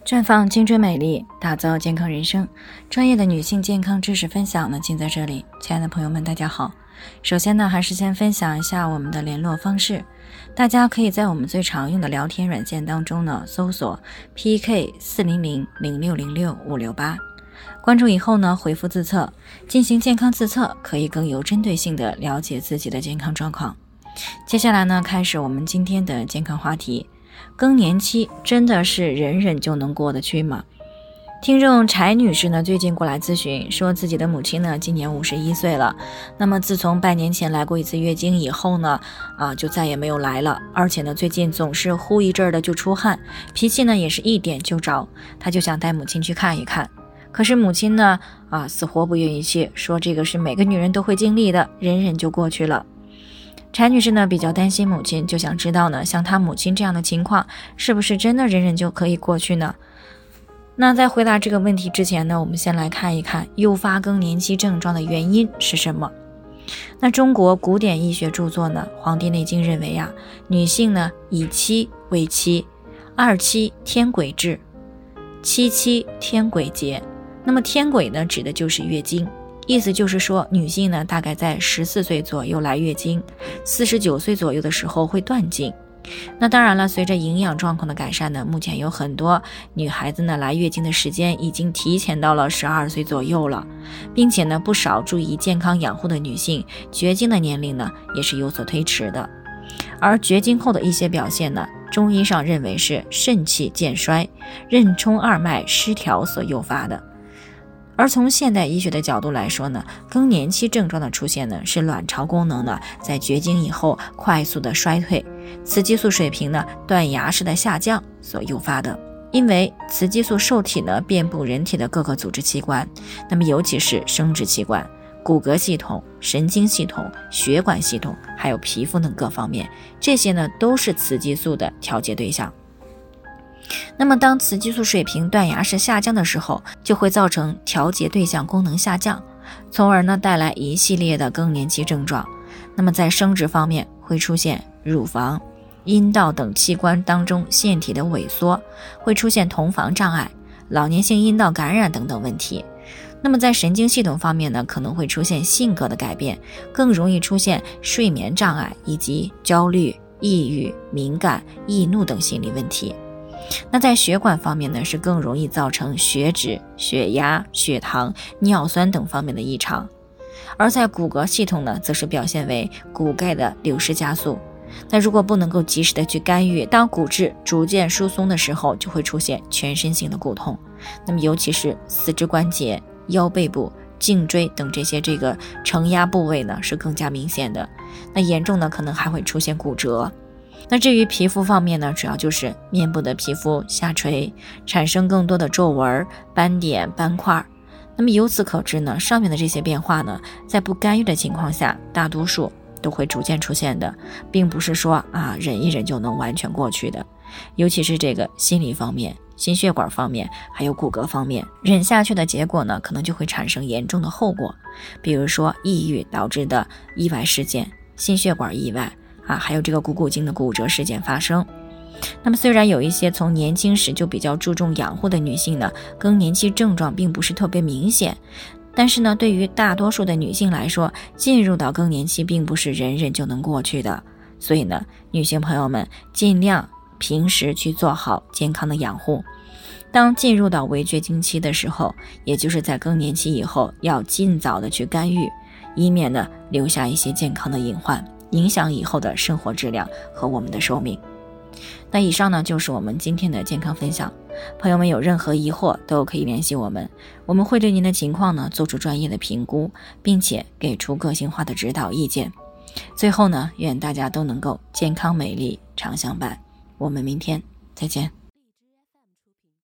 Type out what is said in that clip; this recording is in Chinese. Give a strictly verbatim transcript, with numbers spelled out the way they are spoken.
绽放青春美丽，打造健康人生。专业的女性健康知识分享呢，尽在这里。亲爱的朋友们，大家好。首先呢，还是先分享一下我们的联络方式。大家可以在我们最常用的聊天软件当中呢，搜索 P K 四零零零六零六五六八，关注以后呢，回复自测，进行健康自测，可以更有针对性的了解自己的健康状况。接下来呢，开始我们今天的健康话题。更年期真的是人人就能过得去吗？听众柴女士呢，最近过来咨询，说自己的母亲呢今年五十一岁了，那么自从半年前来过一次月经以后呢，啊就再也没有来了，而且呢最近总是呼一阵的就出汗，脾气呢也是一点就着，她就想带母亲去看一看。可是母亲呢啊死活不愿意去，说这个是每个女人都会经历的，忍忍就过去了。柴女士呢比较担心母亲，就想知道呢，像她母亲这样的情况，是不是真的忍忍就可以过去呢？那在回答这个问题之前呢，我们先来看一看诱发更年期症状的原因是什么。那中国古典医学著作呢，《黄帝内经》认为啊，女性呢以期为期，二期天癸至，七期天癸竭。那么天癸呢，指的就是月经。意思就是说，女性呢大概在十四岁左右来月经，四十九岁左右的时候会断经。那当然了，随着营养状况的改善呢，目前有很多女孩子呢来月经的时间已经提前到了十二岁左右了，并且呢不少注意健康养护的女性，绝经的年龄呢也是有所推迟的。而绝经后的一些表现呢，中医上认为是肾气渐衰、任冲二脉失调所诱发的。而从现代医学的角度来说呢，更年期症状的出现呢，是卵巢功能呢在绝经以后快速的衰退，雌激素水平呢断崖式的下降所诱发的。因为雌激素受体呢遍布人体的各个组织器官，那么尤其是生殖器官、骨骼系统、神经系统、血管系统，还有皮肤等各方面，这些呢都是雌激素的调节对象。那么当雌激素水平断崖式下降的时候，就会造成调节对象功能下降，从而呢带来一系列的更年期症状。那么在生殖方面会出现乳房、阴道等器官当中腺体的萎缩，会出现同房障碍、老年性阴道感染等等问题。那么在神经系统方面呢，可能会出现性格的改变，更容易出现睡眠障碍以及焦虑、抑郁、敏感、易怒等心理问题。那在血管方面呢，是更容易造成血脂、血压、血糖、尿酸等方面的异常。而在骨骼系统呢，则是表现为骨钙的流失加速。那如果不能够及时的去干预，当骨质逐渐疏松的时候，就会出现全身性的骨痛。那么尤其是四肢关节、腰背部、颈椎等这些这个承压部位呢，是更加明显的。那严重呢，可能还会出现骨折。那至于皮肤方面呢，主要就是面部的皮肤下垂，产生更多的皱纹、斑点、斑块。那么由此可知呢，上面的这些变化呢，在不干预的情况下，大多数都会逐渐出现的，并不是说啊忍一忍就能完全过去的。尤其是这个心理方面、心血管方面，还有骨骼方面，忍下去的结果呢，可能就会产生严重的后果，比如说抑郁导致的意外事件、心血管意外啊，还有这个股骨颈的骨折事件发生。那么虽然有一些从年轻时就比较注重养护的女性呢，更年期症状并不是特别明显，但是呢，对于大多数的女性来说，进入到更年期并不是人人就能过去的。所以呢，女性朋友们尽量平时去做好健康的养护。当进入到围绝经期的时候，也就是在更年期以后，要尽早的去干预，以免呢留下一些健康的隐患，影响以后的生活质量和我们的寿命。那以上呢就是我们今天的健康分享，朋友们有任何疑惑都可以联系我们，我们会对您的情况呢做出专业的评估，并且给出个性化的指导意见。最后呢，愿大家都能够健康美丽常相伴，我们明天再见。